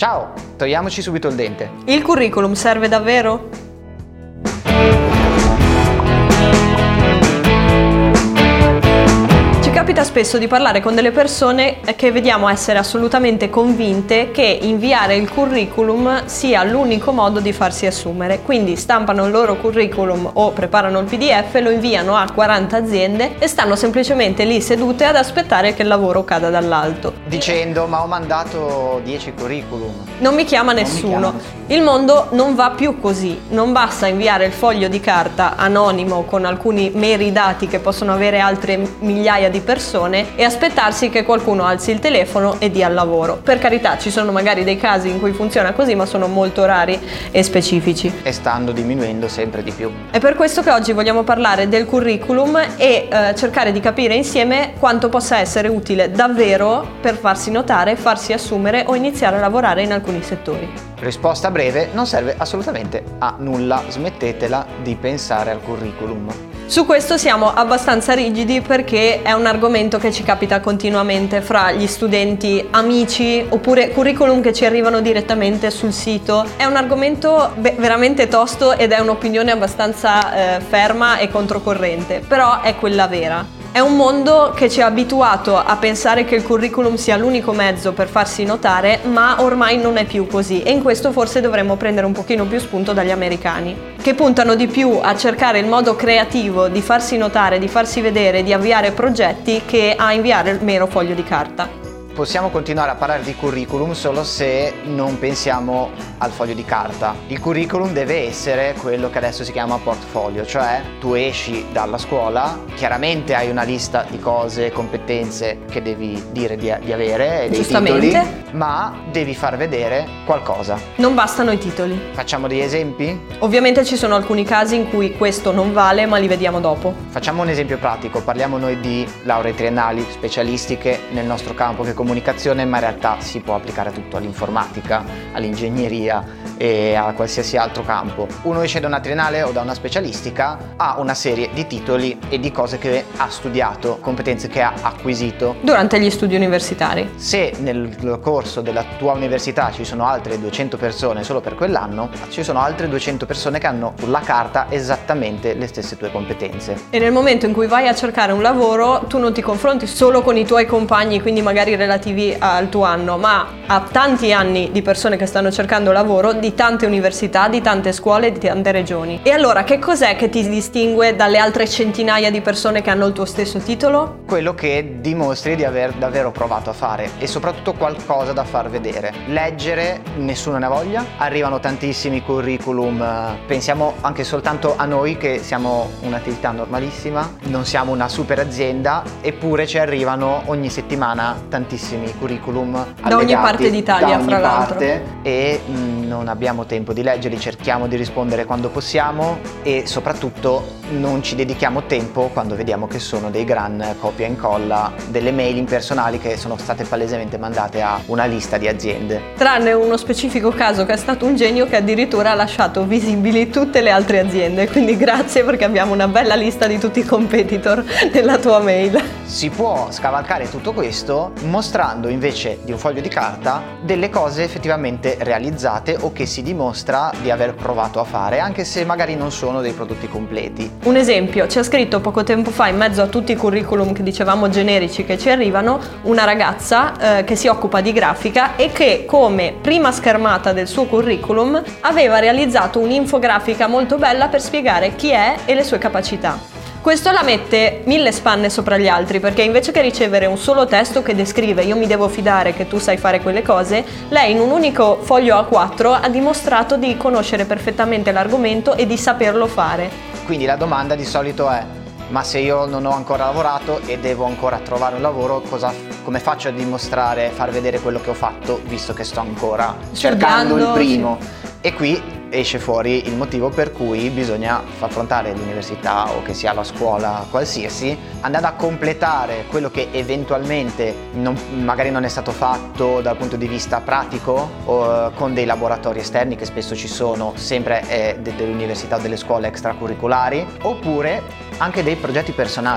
Ciao, togliamoci subito il dente. Il curriculum serve davvero? Capita spesso di parlare con delle persone che vediamo essere assolutamente convinte che inviare il curriculum sia l'unico modo di farsi assumere, quindi stampano il loro curriculum o preparano il PDF, lo inviano a 40 aziende e stanno semplicemente lì sedute ad aspettare che il lavoro cada dall'alto. Dicendo: ma ho mandato 10 curriculum. Non mi chiama nessuno. Il mondo non va più così, non basta inviare il foglio di carta anonimo con alcuni meri dati che possono avere altre migliaia di persone e aspettarsi che qualcuno alzi il telefono e dia il lavoro. Per carità, ci sono magari dei casi in cui funziona così, ma sono molto rari e specifici. E stanno diminuendo sempre di più. È per questo che oggi vogliamo parlare del curriculum e cercare di capire insieme quanto possa essere utile davvero per farsi notare, farsi assumere o iniziare a lavorare in alcuni settori. Risposta breve: non serve assolutamente a nulla, smettetela di pensare al curriculum. Su questo siamo abbastanza rigidi perché è un argomento che ci capita continuamente fra gli studenti amici oppure curriculum che ci arrivano direttamente sul sito. È un argomento veramente tosto ed è un'opinione abbastanza ferma e controcorrente, però è quella vera. È un mondo che ci ha abituato a pensare che il curriculum sia l'unico mezzo per farsi notare, ma ormai non è più così e in questo forse dovremmo prendere un pochino più spunto dagli americani, che puntano di più a cercare il modo creativo di farsi notare, di farsi vedere, di avviare progetti che a inviare il mero foglio di carta. Possiamo continuare a parlare di curriculum solo se non pensiamo al foglio di carta. Il curriculum deve essere quello che adesso si chiama portfolio, cioè tu esci dalla scuola, chiaramente hai una lista di cose, competenze che devi dire di avere, dei titoli, ma devi far vedere qualcosa. Non bastano i titoli. Facciamo degli esempi? Ovviamente ci sono alcuni casi in cui questo non vale, ma li vediamo dopo. Facciamo un esempio pratico, parliamo noi di lauree triennali, specialistiche nel nostro campo che comunicazione, ma in realtà si può applicare a tutto, all'informatica, all'ingegneria e a qualsiasi altro campo. Uno esce da una triennale o da una specialistica, ha una serie di titoli e di cose che ha studiato, competenze che ha acquisito durante gli studi universitari. Se nel corso della tua università ci sono altre 200 persone solo per quell'anno, ci sono altre 200 persone che hanno sulla carta esattamente le stesse tue competenze. E nel momento in cui vai a cercare un lavoro, tu non ti confronti solo con i tuoi compagni, quindi magari relativi al tuo anno, ma a tanti anni di persone che stanno cercando lavoro, di tante università, di tante scuole, di tante regioni. E allora che cos'è che ti distingue dalle altre centinaia di persone che hanno il tuo stesso titolo? Quello che dimostri di aver davvero provato a fare e soprattutto qualcosa da far vedere. Leggere, nessuno ne ha voglia, arrivano tantissimi curriculum, pensiamo anche soltanto a noi che siamo un'attività normalissima, non siamo una super azienda, eppure ci arrivano ogni settimana tantissimi curriculum da ogni parte d'Italia, fra l'altro, e non abbiamo tempo di leggerli, cerchiamo di rispondere quando possiamo e soprattutto non ci dedichiamo tempo quando vediamo che sono dei gran copia e incolla delle mail impersonali che sono state palesemente mandate a una lista di aziende. Tranne uno specifico caso che è stato un genio che addirittura ha lasciato visibili tutte le altre aziende, quindi grazie perché abbiamo una bella lista di tutti i competitor nella tua mail. Si può scavalcare tutto questo mostrando invece di un foglio di carta delle cose effettivamente realizzate o che si dimostra di aver provato a fare, anche se magari non sono dei prodotti completi. Un esempio, ci ha scritto poco tempo fa in mezzo a tutti i curriculum che dicevamo generici che ci arrivano una ragazza che si occupa di grafica e che come prima schermata del suo curriculum aveva realizzato un'infografica molto bella per spiegare chi è e le sue capacità. Questo la mette 1000 spanne sopra gli altri perché invece che ricevere un solo testo che descrive io mi devo fidare che tu sai fare quelle cose, lei in un unico foglio A4 ha dimostrato di conoscere perfettamente l'argomento e di saperlo fare. Quindi la domanda di solito è: ma se io non ho ancora lavorato e devo ancora trovare un lavoro, come faccio a dimostrare, far vedere quello che ho fatto, visto che sto ancora cercando il primo? Sì. E qui esce fuori il motivo per cui bisogna affrontare l'università o che sia la scuola qualsiasi, andando a completare quello che eventualmente magari non è stato fatto dal punto di vista pratico o con dei laboratori esterni che spesso ci sono sempre delle università o delle scuole extracurriculari, oppure anche dei progetti personali.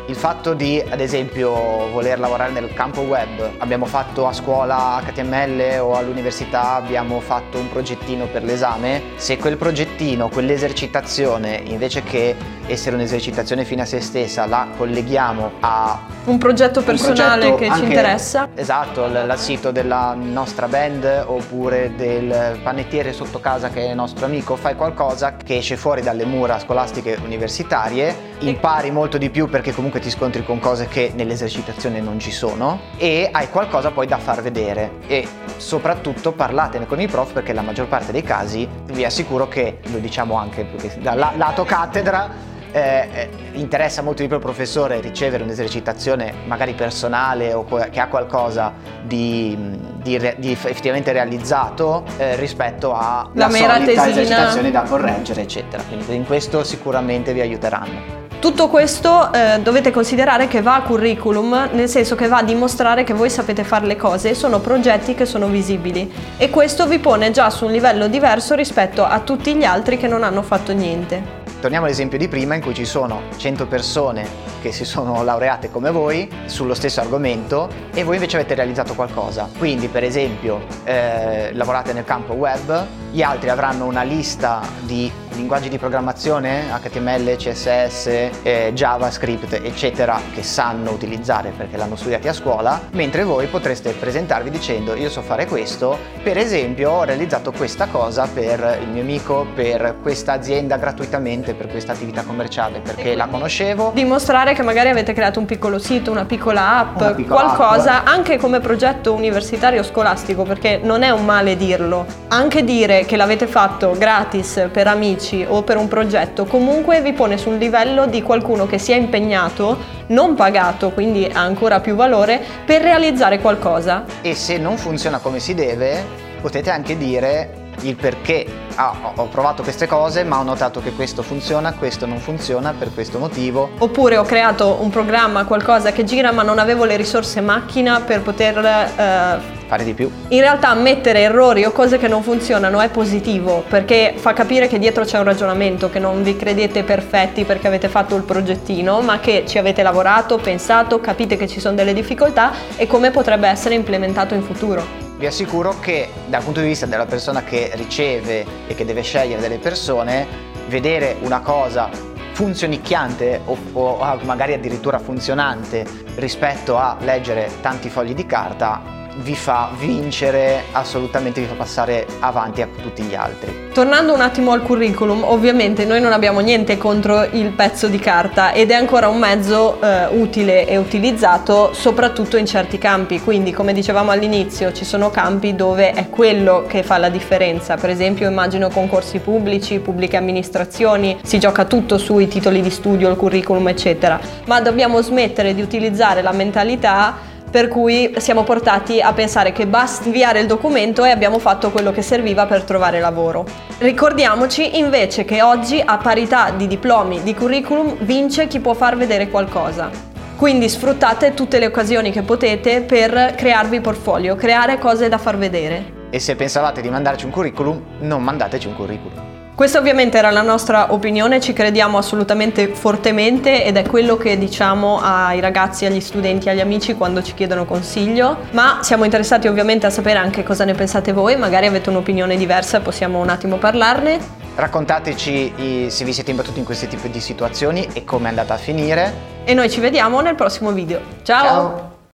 Il fatto di, ad esempio, voler lavorare nel campo web, abbiamo fatto a scuola HTML o all'università abbiamo fatto un progettino per l'esame, se quel progettino, quell'esercitazione, invece che essere un'esercitazione fine a se stessa, la colleghiamo a un progetto personale che ci interessa. Esatto, il sito della nostra band oppure del panettiere sotto casa che è il nostro amico, fai qualcosa che esce fuori dalle mura scolastiche universitarie, impari molto di più perché comunque ti scontri con cose che nell'esercitazione non ci sono e hai qualcosa poi da far vedere e soprattutto parlatene con i prof perché la maggior parte dei casi vi assicuro che, lo diciamo anche perché dal lato cattedra, interessa molto di più al professore ricevere un'esercitazione magari personale o che ha qualcosa di effettivamente realizzato rispetto a la mera solita tesina, esercitazione da correggere eccetera, quindi in questo sicuramente vi aiuteranno. Tutto questo dovete considerare che va a curriculum, nel senso che va a dimostrare che voi sapete fare le cose e sono progetti che sono visibili e questo vi pone già su un livello diverso rispetto a tutti gli altri che non hanno fatto niente. Torniamo all'esempio di prima in cui ci sono 100 persone che si sono laureate come voi sullo stesso argomento e voi invece avete realizzato qualcosa. Quindi per esempio lavorate nel campo web, gli altri avranno una lista di linguaggi di programmazione, HTML, CSS, JavaScript eccetera che sanno utilizzare perché l'hanno studiati a scuola, mentre voi potreste presentarvi dicendo io so fare questo, per esempio ho realizzato questa cosa per il mio amico, per questa azienda gratuitamente, per questa attività commerciale perché la conoscevo. Dimostrare che magari avete creato un piccolo sito, una piccola app, qualcosa anche come progetto universitario scolastico, perché non è un male dirlo, anche dire che l'avete fatto gratis per amici o per un progetto comunque vi pone sul livello di qualcuno che si è impegnato, non pagato, quindi ha ancora più valore, per realizzare qualcosa. E se non funziona come si deve potete anche dire il perché. Ho provato queste cose ma ho notato che questo funziona, questo non funziona per questo motivo. Oppure ho creato un programma, qualcosa che gira ma non avevo le risorse macchina per poter fare di più. In realtà ammettere errori o cose che non funzionano è positivo perché fa capire che dietro c'è un ragionamento, che non vi credete perfetti perché avete fatto il progettino ma che ci avete lavorato, pensato, capite che ci sono delle difficoltà e come potrebbe essere implementato in futuro. Vi assicuro che dal punto di vista della persona che riceve e che deve scegliere delle persone, vedere una cosa funzionicchiante o magari addirittura funzionante rispetto a leggere tanti fogli di carta vi fa vincere assolutamente, vi fa passare avanti a tutti gli altri. Tornando un attimo al curriculum, ovviamente noi non abbiamo niente contro il pezzo di carta ed è ancora un mezzo utile e utilizzato soprattutto in certi campi, quindi come dicevamo all'inizio ci sono campi dove è quello che fa la differenza, per esempio immagino concorsi pubblici, pubbliche amministrazioni, si gioca tutto sui titoli di studio, il curriculum eccetera, ma dobbiamo smettere di utilizzare la mentalità per cui siamo portati a pensare che basta inviare il documento e abbiamo fatto quello che serviva per trovare lavoro. Ricordiamoci invece che oggi a parità di diplomi, di curriculum, vince chi può far vedere qualcosa. Quindi sfruttate tutte le occasioni che potete per crearvi portfolio, creare cose da far vedere. E se pensavate di mandarci un curriculum, non mandateci un curriculum. Questa ovviamente era la nostra opinione, ci crediamo assolutamente fortemente ed è quello che diciamo ai ragazzi, agli studenti, agli amici quando ci chiedono consiglio, ma siamo interessati ovviamente a sapere anche cosa ne pensate voi, magari avete un'opinione diversa e possiamo un attimo parlarne. Raccontateci se vi siete imbattuti in questi tipi di situazioni e come è andata a finire. E noi ci vediamo nel prossimo video. Ciao!